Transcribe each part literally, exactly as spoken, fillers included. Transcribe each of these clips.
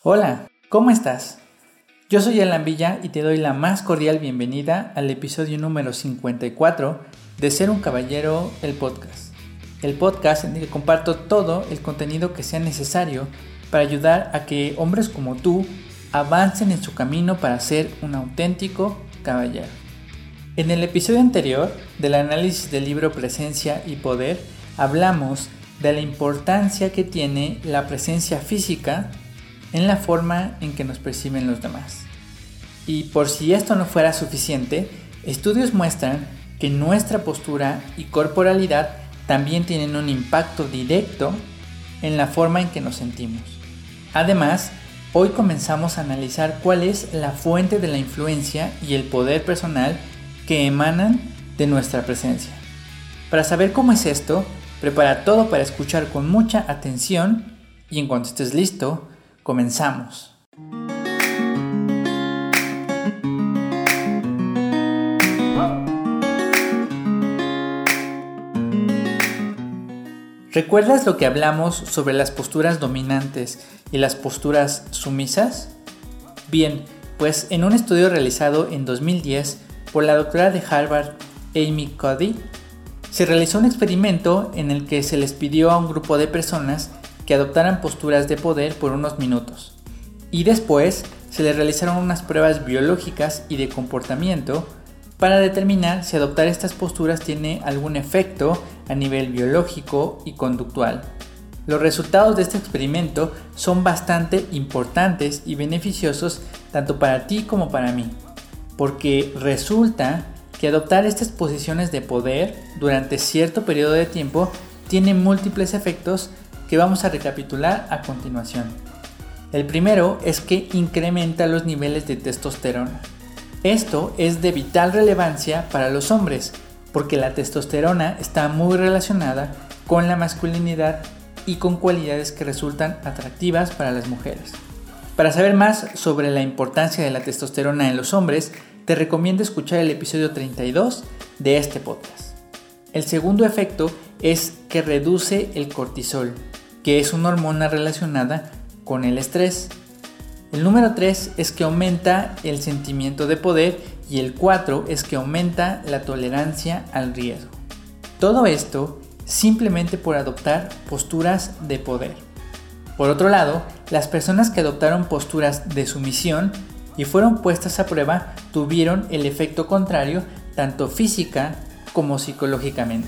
Hola, ¿cómo estás? Yo soy Alan Villa y te doy la más cordial bienvenida al episodio número cincuenta y cuatro de Ser un Caballero, el podcast. El podcast en el que comparto todo el contenido que sea necesario para ayudar a que hombres como tú avancen en su camino para ser un auténtico caballero. En el episodio anterior del análisis del libro Presencia y Poder, hablamos de la importancia que tiene la presencia física en la forma en que nos perciben los demás. Y por si esto no fuera suficiente, estudios muestran que nuestra postura y corporalidad también tienen un impacto directo en la forma en que nos sentimos. Además, hoy comenzamos a analizar cuál es la fuente de la influencia y el poder personal que emanan de nuestra presencia. Para saber cómo es esto, prepara todo para escuchar con mucha atención y en cuanto estés listo, comenzamos. ¿Recuerdas lo que hablamos sobre las posturas dominantes y las posturas sumisas? Bien, pues en un estudio realizado en dos mil diez por la doctora de Harvard, Amy Cuddy, se realizó un experimento en el que se les pidió a un grupo de personas que adoptaran posturas de poder por unos minutos. Y después se les realizaron unas pruebas biológicas y de comportamiento para determinar si adoptar estas posturas tiene algún efecto a nivel biológico y conductual. Los resultados de este experimento son bastante importantes y beneficiosos tanto para ti como para mí, porque resulta que adoptar estas posiciones de poder durante cierto periodo de tiempo tiene múltiples efectos que vamos a recapitular a continuación. El primero es que incrementa los niveles de testosterona. Esto es de vital relevancia para los hombres, porque la testosterona está muy relacionada con la masculinidad y con cualidades que resultan atractivas para las mujeres. Para saber más sobre la importancia de la testosterona en los hombres, te recomiendo escuchar el episodio treinta y dos de este podcast. El segundo efecto es que reduce el cortisol, que es una hormona relacionada con el estrés. El número tres es que aumenta el sentimiento de poder y el cuatro es que aumenta la tolerancia al riesgo. Todo esto simplemente por adoptar posturas de poder. Por otro lado, las personas que adoptaron posturas de sumisión y fueron puestas a prueba tuvieron el efecto contrario tanto física como psicológicamente.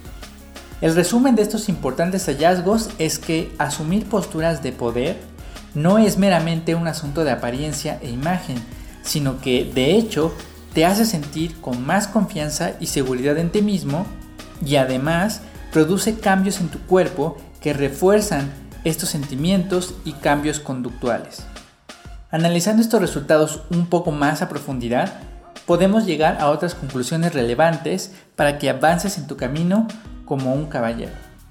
El resumen de estos importantes hallazgos es que asumir posturas de poder no es meramente un asunto de apariencia e imagen, sino que de hecho te hace sentir con más confianza y seguridad en ti mismo y además produce cambios en tu cuerpo que refuerzan estos sentimientos y cambios conductuales. Analizando estos resultados un poco más a profundidad, podemos llegar a otras conclusiones relevantes para que avances en tu camino como un caballero.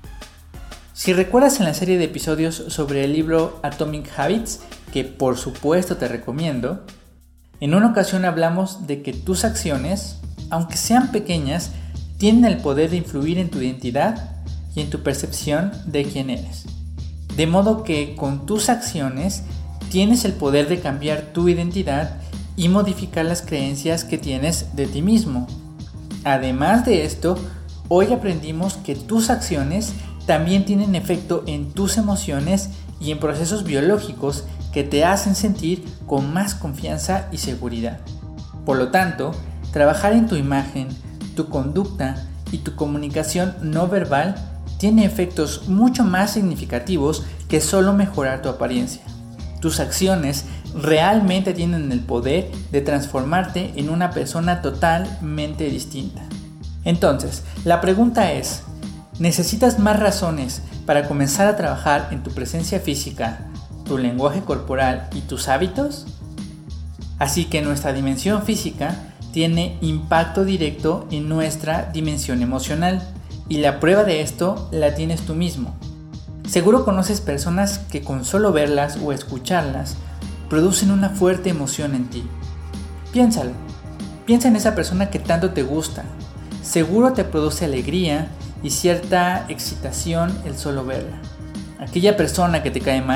Si recuerdas en la serie de episodios sobre el libro Atomic Habits, que por supuesto te recomiendo, en una ocasión hablamos de que tus acciones, aunque sean pequeñas, tienen el poder de influir en tu identidad y en tu percepción de quién eres. De modo que con tus acciones tienes el poder de cambiar tu identidad y modificar las creencias que tienes de ti mismo. Además de esto, hoy aprendimos que tus acciones también tienen efecto en tus emociones y en procesos biológicos que te hacen sentir con más confianza y seguridad. Por lo tanto, trabajar en tu imagen, tu conducta y tu comunicación no verbal tiene efectos mucho más significativos que solo mejorar tu apariencia. Tus acciones realmente tienen el poder de transformarte en una persona totalmente distinta. Entonces, la pregunta es, ¿necesitas más razones para comenzar a trabajar en tu presencia física, tu lenguaje corporal y tus hábitos? Así que nuestra dimensión física tiene impacto directo en nuestra dimensión emocional y la prueba de esto la tienes tú mismo. Seguro conoces personas que con solo verlas o escucharlas producen una fuerte emoción en ti. Piénsalo, piensa en esa persona que tanto te gusta. Seguro te produce alegría y cierta excitación el solo verla. Aquella persona que te cae mal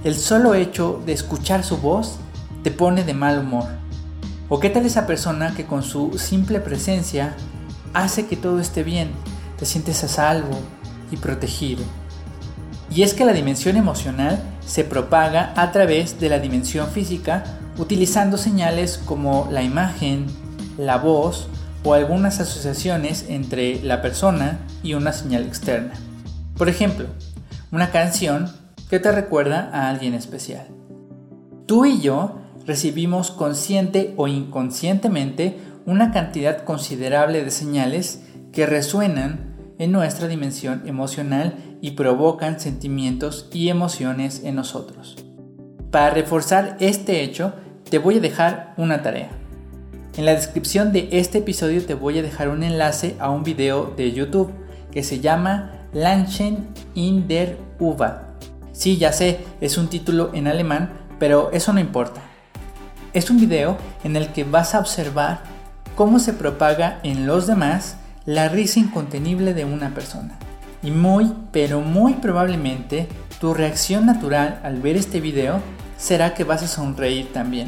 el solo hecho de escuchar su voz te pone de mal humor? ¿O qué tal esa persona que con su simple presencia hace que todo esté bien, te sientes a salvo y protegido? Y es que la dimensión emocional se propaga a través de la dimensión física utilizando señales como la imagen, la voz o algunas asociaciones entre la persona y una señal externa. Por ejemplo, una canción que te recuerda a alguien especial. Tú y yo recibimos consciente o inconscientemente una cantidad considerable de señales que resuenan en nuestra dimensión emocional y provocan sentimientos y emociones en nosotros. Para reforzar este hecho, te voy a dejar una tarea. En la descripción de este episodio te voy a dejar un enlace a un video de YouTube que se llama Lachen in der U-Bahn. Sí, ya sé, es un título en alemán, pero eso no importa. Es un video en el que vas a observar cómo se propaga en los demás la risa incontenible de una persona. Y muy, pero muy probablemente tu reacción natural al ver este video será que vas a sonreír también.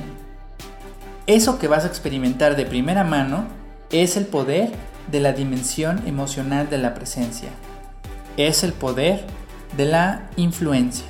Eso que vas a experimentar de primera mano es el poder de la dimensión emocional de la presencia. Es el poder de la influencia.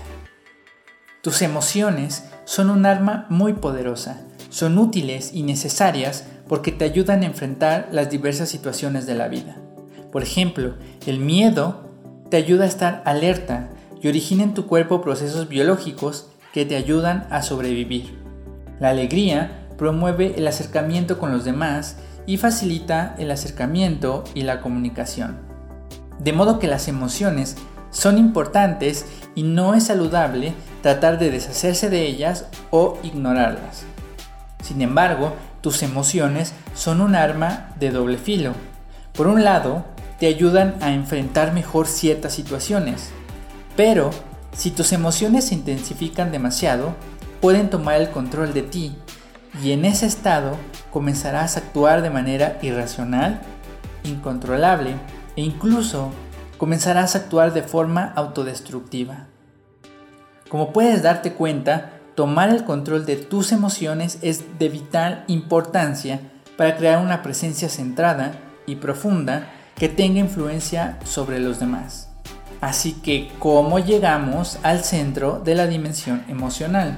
Tus emociones son un arma muy poderosa, son útiles y necesarias porque te ayudan a enfrentar las diversas situaciones de la vida. Por ejemplo, el miedo te ayuda a estar alerta y origina en tu cuerpo procesos biológicos que te ayudan a sobrevivir. La alegría promueve el acercamiento con los demás y facilita el acercamiento y la comunicación. De modo que las emociones son importantes y no es saludable tratar de deshacerse de ellas o ignorarlas. Sin embargo, tus emociones son un arma de doble filo. Por un lado, te ayudan a enfrentar mejor ciertas situaciones, pero si tus emociones se intensifican demasiado, pueden tomar el control de ti y en ese estado comenzarás a actuar de manera irracional, incontrolable e incluso comenzarás a actuar de forma autodestructiva. Como puedes darte cuenta, tomar el control de tus emociones es de vital importancia para crear una presencia centrada y profunda que tenga influencia sobre los demás. Así que, ¿cómo llegamos al centro de la dimensión emocional?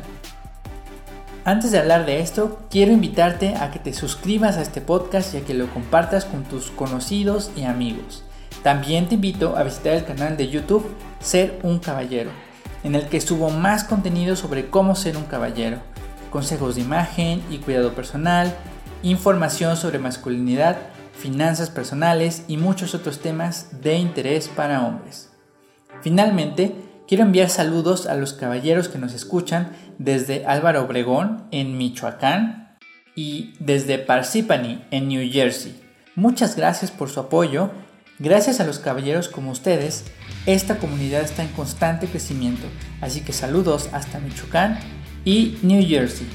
Antes de hablar de esto, quiero invitarte a que te suscribas a este podcast y a que lo compartas con tus conocidos y amigos. También te invito a visitar el canal de YouTube Ser un Caballero, en el que subo más contenido sobre cómo ser un caballero, consejos de imagen y cuidado personal, información sobre masculinidad, finanzas personales y muchos otros temas de interés para hombres. Finalmente, quiero enviar saludos a los caballeros que nos escuchan desde Álvaro Obregón, en Michoacán, y desde Parsippany, en New Jersey. Muchas gracias por su apoyo. Gracias a los caballeros como ustedes, esta comunidad está en constante crecimiento, así que saludos hasta Michoacán y New Jersey.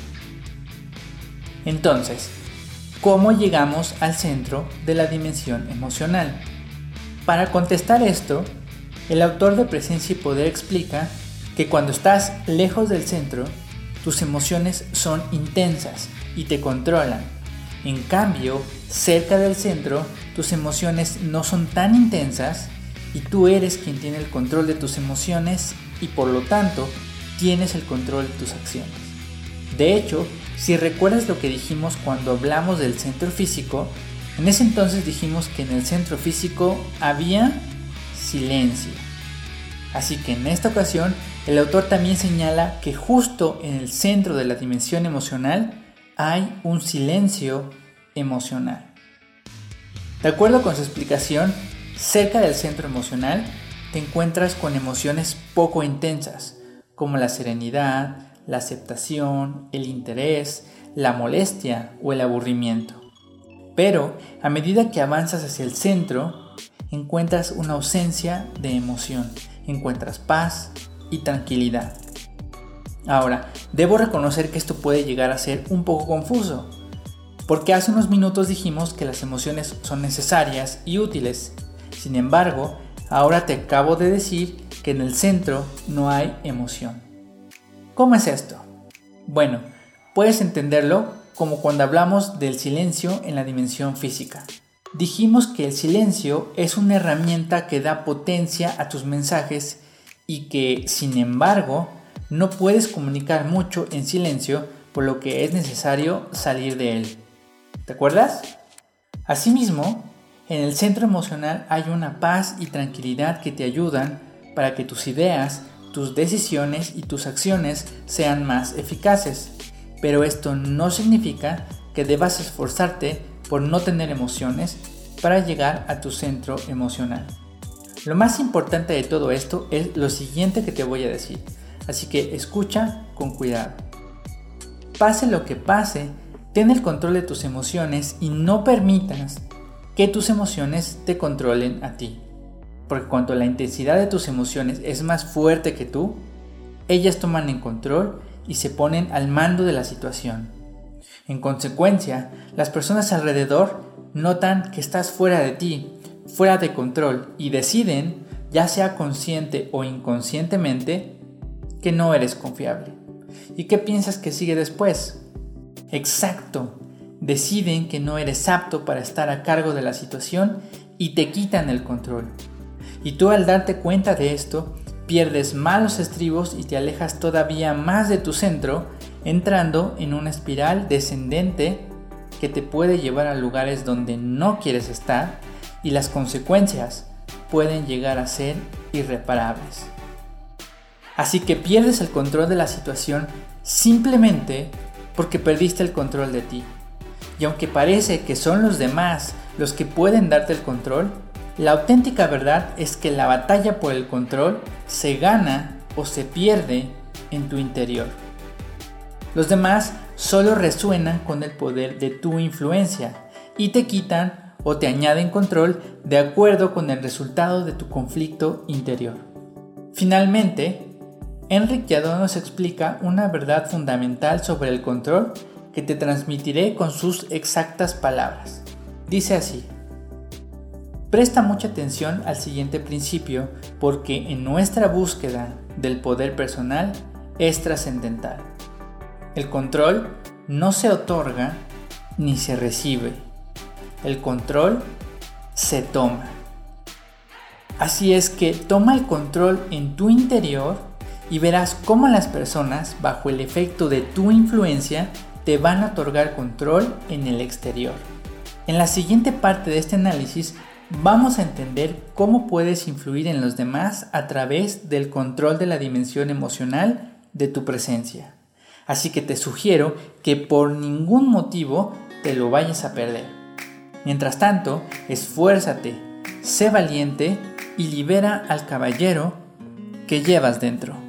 Entonces, ¿cómo llegamos al centro de la dimensión emocional? Para contestar esto, el autor de Presencia y Poder explica que cuando estás lejos del centro, tus emociones son intensas y te controlan. En cambio, cerca del centro, tus emociones no son tan intensas y tú eres quien tiene el control de tus emociones y por lo tanto tienes el control de tus acciones. De hecho, si recuerdas lo que dijimos cuando hablamos del centro físico, en ese entonces dijimos que en el centro físico había silencio. Así que en esta ocasión, el autor también señala que justo en el centro de la dimensión emocional hay un silencio emocional. De acuerdo con su explicación, cerca del centro emocional te encuentras con emociones poco intensas, como la serenidad, la aceptación, el interés, la molestia o el aburrimiento. Pero a medida que avanzas hacia el centro, encuentras una ausencia de emoción, encuentras paz y tranquilidad. Ahora, debo reconocer que esto puede llegar a ser un poco confuso, porque hace unos minutos dijimos que las emociones son necesarias y útiles. Sin embargo, ahora te acabo de decir que en el centro no hay emoción. ¿Cómo es esto? Bueno, puedes entenderlo como cuando hablamos del silencio en la dimensión física. Dijimos que el silencio es una herramienta que da potencia a tus mensajes y que, sin embargo, no puedes comunicar mucho en silencio, por lo que es necesario salir de él. ¿Te acuerdas? Asimismo, en el centro emocional hay una paz y tranquilidad que te ayudan para que tus ideas, tus decisiones y tus acciones sean más eficaces. Pero esto no significa que debas esforzarte por no tener emociones para llegar a tu centro emocional. Lo más importante de todo esto es lo siguiente que te voy a decir, así que escucha con cuidado. Pase lo que pase, ten el control de tus emociones y no permitas que tus emociones te controlen a ti. Porque cuando la intensidad de tus emociones es más fuerte que tú, ellas toman el control y se ponen al mando de la situación. En consecuencia, las personas alrededor notan que estás fuera de ti, fuera de control y deciden, ya sea consciente o inconscientemente, que no eres confiable. ¿Y qué piensas que sigue después? Exacto, deciden que no eres apto para estar a cargo de la situación y te quitan el control. Y tú, al darte cuenta de esto, pierdes malos estribos y te alejas todavía más de tu centro, entrando en una espiral descendente que te puede llevar a lugares donde no quieres estar, y las consecuencias pueden llegar a ser irreparables. Así que pierdes el control de la situación simplemente porque perdiste el control de ti. Y aunque parece que son los demás los que pueden darte el control, la auténtica verdad es que la batalla por el control se gana o se pierde en tu interior. Los demás solo resuenan con el poder de tu influencia y te quitan o te añaden control de acuerdo con el resultado de tu conflicto interior. Finalmente, Enric Jadot nos explica una verdad fundamental sobre el control que te transmitiré con sus exactas palabras. Dice así: presta mucha atención al siguiente principio porque en nuestra búsqueda del poder personal es trascendental. El control no se otorga ni se recibe. El control se toma. Así es que toma el control en tu interior y verás cómo las personas, bajo el efecto de tu influencia, te van a otorgar control en el exterior. En la siguiente parte de este análisis vamos a entender cómo puedes influir en los demás a través del control de la dimensión emocional de tu presencia. Así que te sugiero que por ningún motivo te lo vayas a perder. Mientras tanto, esfuérzate, sé valiente y libera al caballero que llevas dentro.